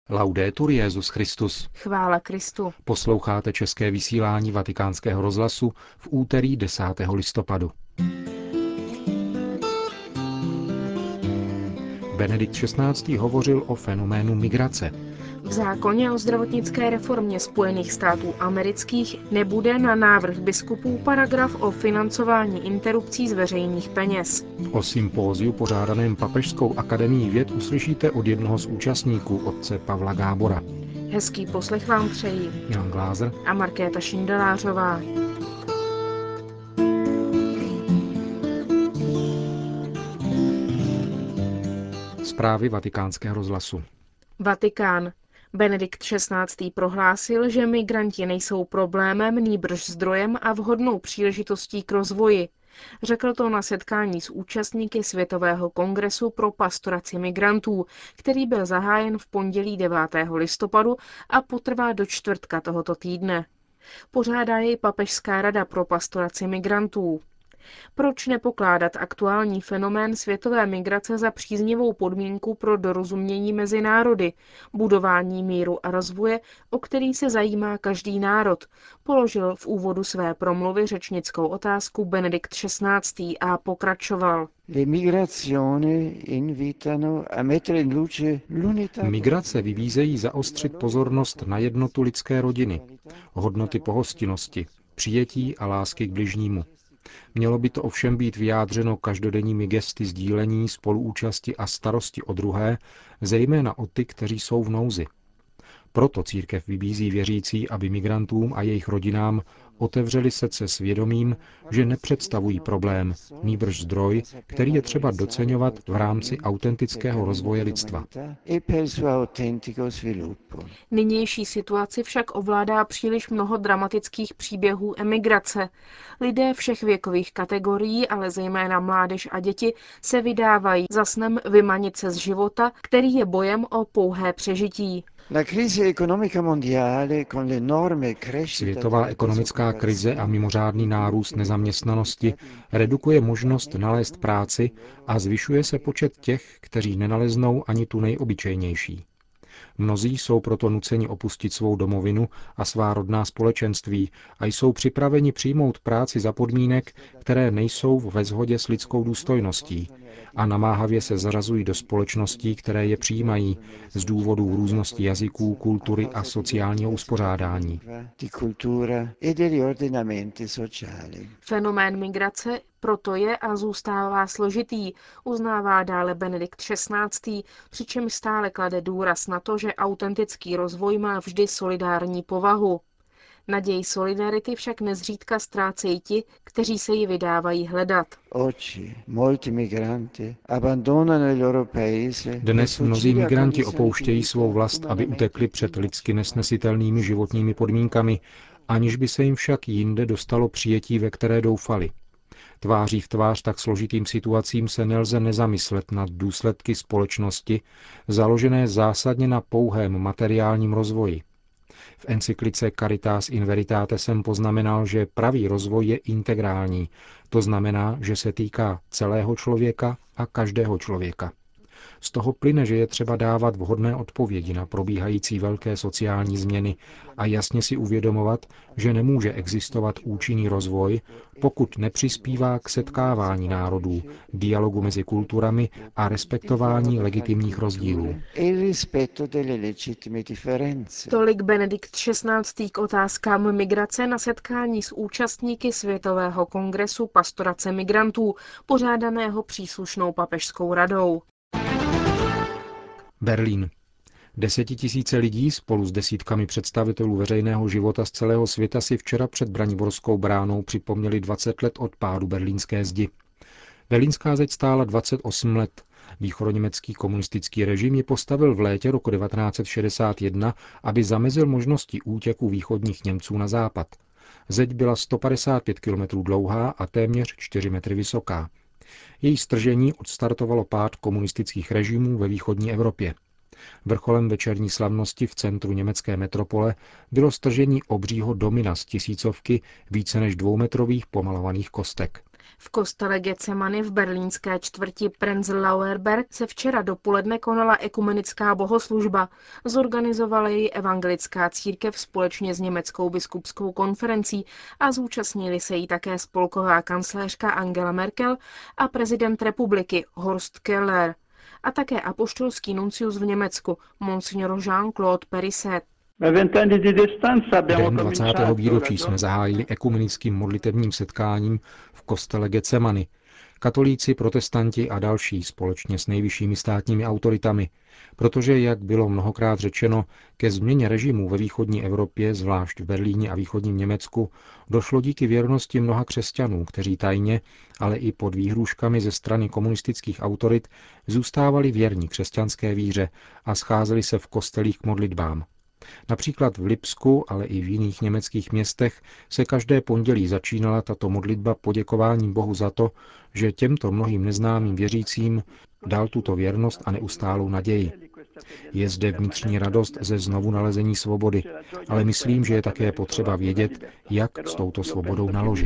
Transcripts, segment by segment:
Laudetur Jesus Christus. Chvála Kristu. Posloucháte české vysílání Vatikánského rozhlasu v úterý 10. listopadu. Benedikt XVI. Hovořil o fenoménu migrace. V zákoně o zdravotnické reformě Spojených států amerických nebude na návrh biskupů paragraf o financování interrupcí z veřejných peněz. O sympóziu pořádaném Papežskou akademií věd uslyšíte od jednoho z účastníků, otce Pavla Gábora. Hezký poslech vám přejí Jan Glázer a Markéta Šindelářová. Zprávy Vatikánského rozhlasu. Vatikán. Benedikt XVI. Prohlásil, že migranti nejsou problémem, nýbrž zdrojem a vhodnou příležitostí k rozvoji. Řekl to na setkání s účastníky Světového kongresu pro pastoraci migrantů, který byl zahájen v pondělí 9. listopadu a potrvá do čtvrtka tohoto týdne. Pořádá jej Papežská rada pro pastoraci migrantů. Proč nepokládat aktuální fenomén světové migrace za příznivou podmínku pro dorozumění mezi národy, budování míru a rozvoje, o který se zajímá každý národ, položil v úvodu své promluvy řečnickou otázku Benedikt XVI. A pokračoval. Migrace vybízejí zaostřit pozornost na jednotu lidské rodiny, hodnoty pohostinnosti, přijetí a lásky k bližnímu. Mělo by to ovšem být vyjádřeno každodenními gesty sdílení, spoluúčasti a starosti o druhé, zejména o ty, kteří jsou v nouzi. Proto církev vybízí věřící, aby migrantům a jejich rodinám otevřeli srdce s vědomím, že nepředstavují problém, nýbrž zdroj, který je třeba doceňovat v rámci autentického rozvoje lidstva. Nynější situaci však ovládá příliš mnoho dramatických příběhů emigrace. Lidé všech věkových kategorií, ale zejména mládež a děti, se vydávají za snem vymanit se z života, který je bojem o pouhé přežití. Světová ekonomická krize a mimořádný nárůst nezaměstnanosti redukuje možnost nalézt práci a zvyšuje se počet těch, kteří nenaleznou ani tu nejobyčejnější. Mnozí jsou proto nuceni opustit svou domovinu a svá rodná společenství a jsou připraveni přijmout práci za podmínek, které nejsou ve shodě s lidskou důstojností a namáhavě se zařazují do společností, které je přijímají z důvodu různosti jazyků, kultury a sociálního uspořádání. Fenomén migrace proto je a zůstává složitý, uznává dále Benedikt XVI., přičemž stále klade důraz na to, že autentický rozvoj má vždy solidární povahu. Naději solidarity však nezřídka ztrácejí ti, kteří se ji vydávají hledat. Dnes mnozí migranti opouštějí svou vlast, aby utekli před lidsky nesnesitelnými životními podmínkami, aniž by se jim však jinde dostalo přijetí, ve které doufali. Tváří v tvář tak složitým situacím se nelze nezamyslet nad důsledky společnosti, založené zásadně na pouhém materiálním rozvoji. V encyklice Caritas in Veritate jsem poznamenal, že pravý rozvoj je integrální, to znamená, že se týká celého člověka a každého člověka. Z toho plyne, že je třeba dávat vhodné odpovědi na probíhající velké sociální změny a jasně si uvědomovat, že nemůže existovat účinný rozvoj, pokud nepřispívá k setkávání národů, dialogu mezi kulturami a respektování legitimních rozdílů. Tolik Benedikt XVI. K otázkám migrace na setkání s účastníky Světového kongresu pastorace migrantů, pořádaného příslušnou papežskou radou. Berlín. Desetitisíce lidí spolu s desítkami představitelů veřejného života z celého světa si včera před Braniborskou bránou připomněli 20 let od pádu berlínské zdi. Berlínská zeď stála 28 let. Východoněmecký komunistický režim ji postavil v létě roku 1961, aby zamezil možnosti útěku východních Němců na západ. Zeď byla 155 km dlouhá a téměř 4 metry vysoká. Její stržení odstartovalo pád komunistických režimů ve východní Evropě. Vrcholem večerní slavnosti v centru německé metropole bylo stržení obřího domina z tisícovky více než 2metrových pomalovaných kostek. V kostele Getsemany v berlínské čtvrti Prenzlauer Berg se včera dopoledne konala ekumenická bohoslužba. Zorganizovala ji evangelická církev společně s německou biskupskou konferencí a zúčastnili se jí také spolková kancléřka Angela Merkel a prezident republiky Horst Keller a také apoštolský nuncius v Německu, monsignor Jean-Claude Perisset. Den 20. výročí jsme zahájili ekumenickým modlitevním setkáním v kostele Getsemany. Katolíci, protestanti a další společně s nejvyššími státními autoritami, protože, jak bylo mnohokrát řečeno, ke změně režimu ve východní Evropě, zvlášť v Berlíně a východním Německu, došlo díky věrnosti mnoha křesťanů, kteří tajně, ale i pod výhrůžkami ze strany komunistických autorit zůstávali věrní křesťanské víře a scházeli se v kostelích k modlitbám. Například v Lipsku, ale i v jiných německých městech se každé pondělí začínala tato modlitba poděkováním Bohu za to, že těmto mnohým neznámým věřícím dal tuto věrnost a neustálou naději. Je zde vnitřní radost ze znovu nalezení svobody, ale myslím, že je také potřeba vědět, jak s touto svobodou naložit.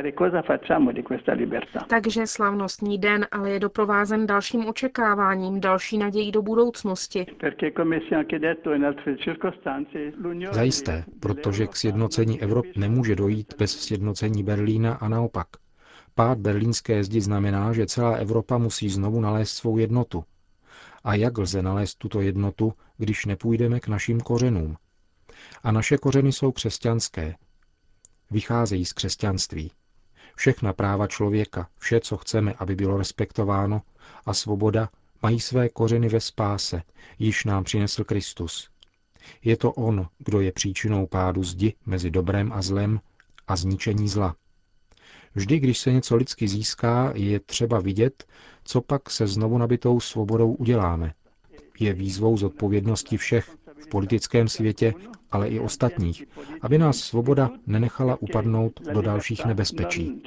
Takže slavnostní den ale je doprovázen dalším očekáváním, další nadějí do budoucnosti. Zajisté, protože k sjednocení Evropy nemůže dojít bez sjednocení Berlína a naopak. Pád berlínské zdi znamená, že celá Evropa musí znovu nalézt svou jednotu. A jak lze nalézt tuto jednotu, když nepůjdeme k našim kořenům? A naše kořeny jsou křesťanské. Vycházejí z křesťanství. Všechna práva člověka, vše, co chceme, aby bylo respektováno, a svoboda mají své kořeny ve spáse, již nám přinesl Kristus. Je to on, kdo je příčinou pádu zdi mezi dobrem a zlem a zničení zla. Vždy, když se něco lidsky získá, je třeba vidět, co pak se znovu nabitou svobodou uděláme. Je výzvou zodpovědnosti všech v politickém světě, ale i ostatních, aby nás svoboda nenechala upadnout do dalších nebezpečí.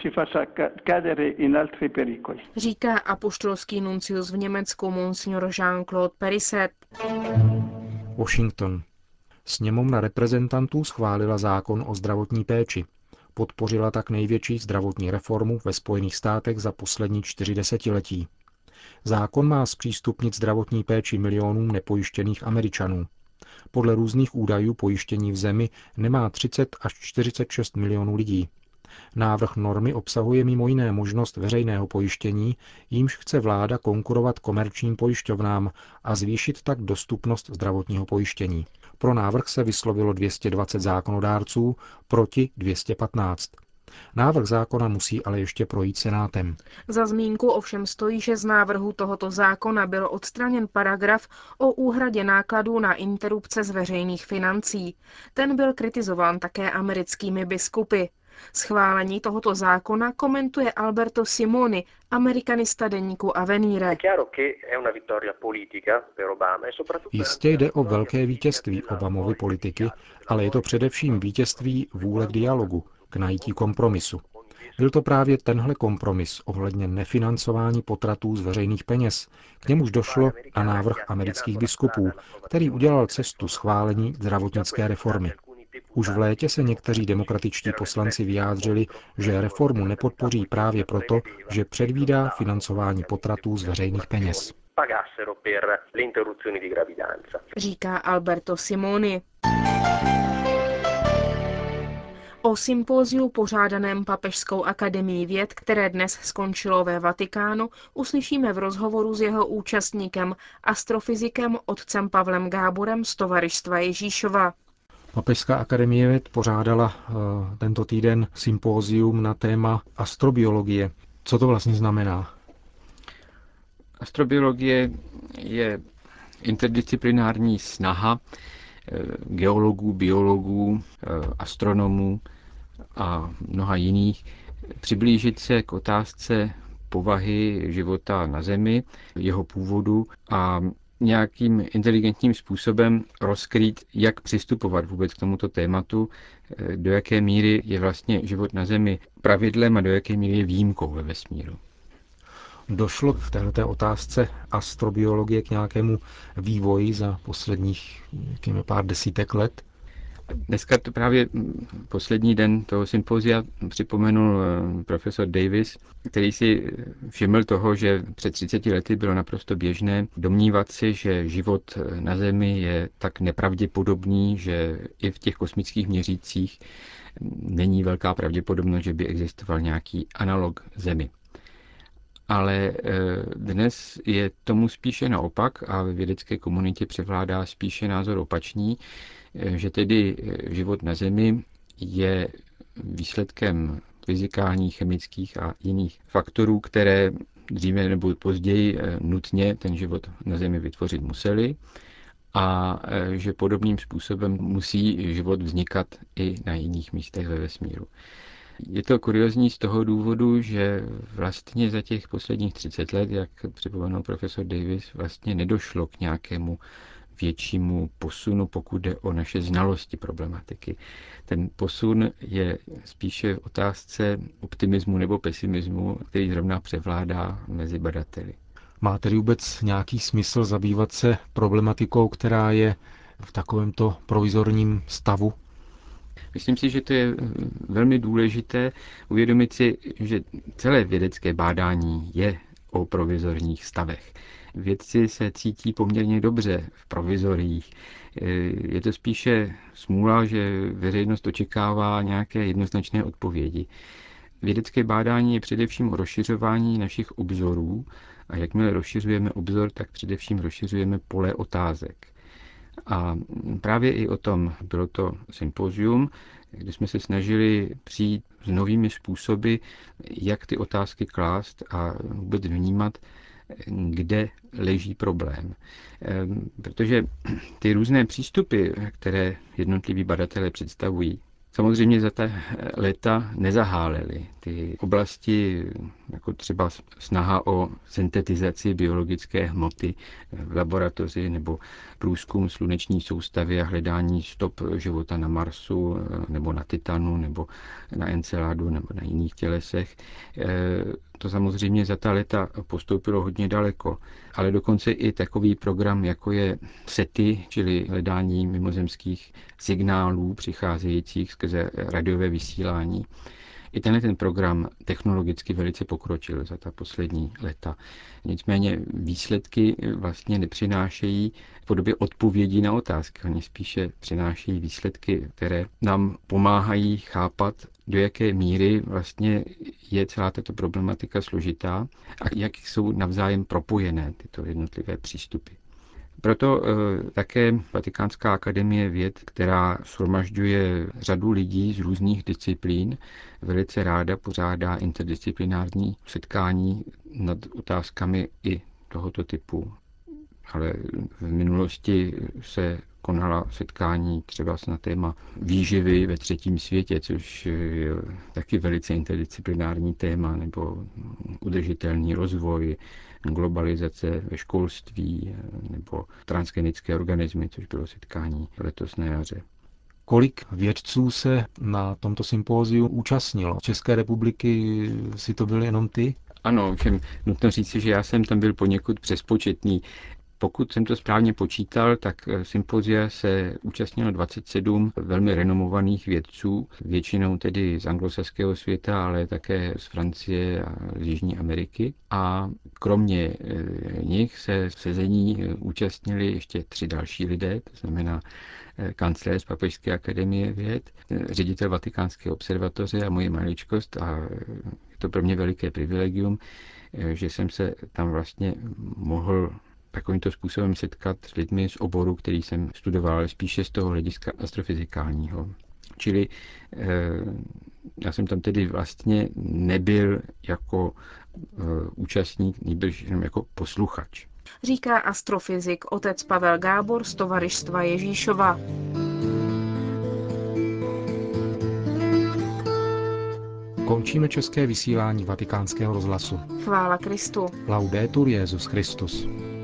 Říká apoštolský nuncius v Německu monsignor Jean-Claude Perisset. Washington. Sněmovna reprezentantů schválila zákon o zdravotní péči. Podpořila tak největší zdravotní reformu ve Spojených státech za poslední 4 desetiletí. Zákon má zpřístupnit zdravotní péči milionům nepojištěných Američanů. Podle různých údajů pojištění v zemi nemá 30 až 46 milionů lidí. Návrh normy obsahuje mimo jiné možnost veřejného pojištění, jímž chce vláda konkurovat komerčním pojišťovnám a zvýšit tak dostupnost zdravotního pojištění. Pro návrh se vyslovilo 220 zákonodárců, proti 215. Návrh zákona musí ale ještě projít Senátem. Za zmínku ovšem stojí, že z návrhu tohoto zákona byl odstraněn paragraf o úhradě nákladů na interrupce z veřejných financí. Ten byl kritizován také americkými biskupy. Schválení tohoto zákona komentuje Alberto Simoni, amerikanista deníku Avvenire. Jistě jde o velké vítězství Obamovy politiky, ale je to především vítězství vůle k dialogu, k najítí kompromisu. Byl to právě tenhle kompromis ohledně nefinancování potratů z veřejných peněz, k němuž došlo na návrh amerických biskupů, který udělal cestu schválení zdravotnické reformy. Už v létě se někteří demokratičtí poslanci vyjádřili, že reformu nepodpoří právě proto, že předvídá financování potratů z veřejných peněz. Říká Alberto Simoni. O sympóziu pořádaném Papežskou akademií věd, které dnes skončilo ve Vatikánu, uslyšíme v rozhovoru s jeho účastníkem, astrofyzikem otcem Pavlem Gáborem z Tovarištva Ježíšova. Papežská akademie věd pořádala tento týden sympózium na téma astrobiologie. Co to vlastně znamená? Astrobiologie je interdisciplinární snaha geologů, biologů, astronomů a mnoha jiných přiblížit se k otázce povahy života na Zemi, jeho původu a nějakým inteligentním způsobem rozkrýt, jak přistupovat vůbec k tomuto tématu, do jaké míry je vlastně život na Zemi pravidlem a do jaké míry je výjimkou ve vesmíru. Došlo v této otázce astrobiologie k nějakému vývoji za posledních pár desítek let? Dneska to právě poslední den toho sympozia připomenul profesor Davis, který si všiml toho, že před 30 lety bylo naprosto běžné domnívat si, že život na Zemi je tak nepravděpodobný, že i v těch kosmických měřících není velká pravděpodobnost, že by existoval nějaký analog Zemi. Ale dnes je tomu spíše naopak a ve vědecké komunitě převládá spíše názor opačný, že tedy život na Zemi je výsledkem fyzikálních, chemických a jiných faktorů, které dříve nebo později nutně ten život na Zemi vytvořit museli a že podobným způsobem musí život vznikat i na jiných místech ve vesmíru. Je to kuriozní z toho důvodu, že vlastně za těch posledních 30 let, jak připomenul profesor Davis, vlastně nedošlo k nějakému většímu posunu, pokud jde o naše znalosti problematiky. Ten posun je spíše v otázce optimismu nebo pesimismu, který zrovna převládá mezi badateli. Má tedy vůbec nějaký smysl zabývat se problematikou, která je v takovémto provizorním stavu? Myslím si, že to je velmi důležité uvědomit si, že celé vědecké bádání je o provizorních stavech. Vědci se cítí poměrně dobře v provizoriích. Je to spíše smůla, že veřejnost očekává nějaké jednoznačné odpovědi. Vědecké bádání je především o rozšiřování našich obzorů a jakmile rozšiřujeme obzor, tak především rozšiřujeme pole otázek. A právě i o tom bylo to sympozium, kde jsme se snažili přijít s novými způsoby, jak ty otázky klást a vůbec vnímat, kde leží problém. Protože ty různé přístupy, které jednotliví badatelé představují, samozřejmě za ta léta nezahálely. Ty oblasti, jako třeba snaha o syntetizaci biologické hmoty v laboratoři nebo průzkum sluneční soustavy a hledání stop života na Marsu nebo na Titanu nebo na Enceladu nebo na jiných tělesech, to samozřejmě za ta léta postoupilo hodně daleko. Ale dokonce i takový program, jako je SETI, čili hledání mimozemských signálů přicházejících skrze radiové vysílání. I ten program technologicky velice pokročil za ta poslední léta. Nicméně výsledky vlastně nepřinášejí v podobě odpovědí na otázky. Oni spíše přinášejí výsledky, které nám pomáhají chápat, do jaké míry vlastně je celá tato problematika složitá a jak jsou navzájem propojené tyto jednotlivé přístupy. Proto také Vatikánská akademie věd, která shromažďuje řadu lidí z různých disciplín, velice ráda pořádá interdisciplinární setkání nad otázkami i tohoto typu. Ale v minulosti se konala setkání třeba na téma výživy ve třetím světě, což je taky velice interdisciplinární téma, nebo udržitelný rozvoj, globalizace ve školství nebo transgenické organismy, což bylo setkání letos na jaře. Kolik vědců se na tomto sympóziu účastnilo? Z České republiky si to byl jenom ty? Ano, všem nutno říci, že já jsem tam byl poněkud přespočetný. Pokud jsem to správně počítal, tak sympozia se účastnilo 27 velmi renomovaných vědců, většinou tedy z anglosaského světa, ale také z Francie a z Jižní Ameriky. A kromě nich se sezení účastnili ještě 3 další lidé, to znamená kancléř Papežské akademie věd, ředitel Vatikánské observatoře a moje maličkost. A je to pro mě veliké privilegium, že jsem se tam vlastně mohl takovýmto způsobem setkat s lidmi z oboru, který jsem studoval, spíše z toho hlediska astrofyzikálního. Čili já jsem tam tedy vlastně nebyl jako účastník, nýbrž jenom jako posluchač. Říká astrofyzik otec Pavel Gábor z Tovaristva Ježíšova. Končíme české vysílání Vatikánského rozhlasu. Chvála Kristu. Laudetur Jesus Christus.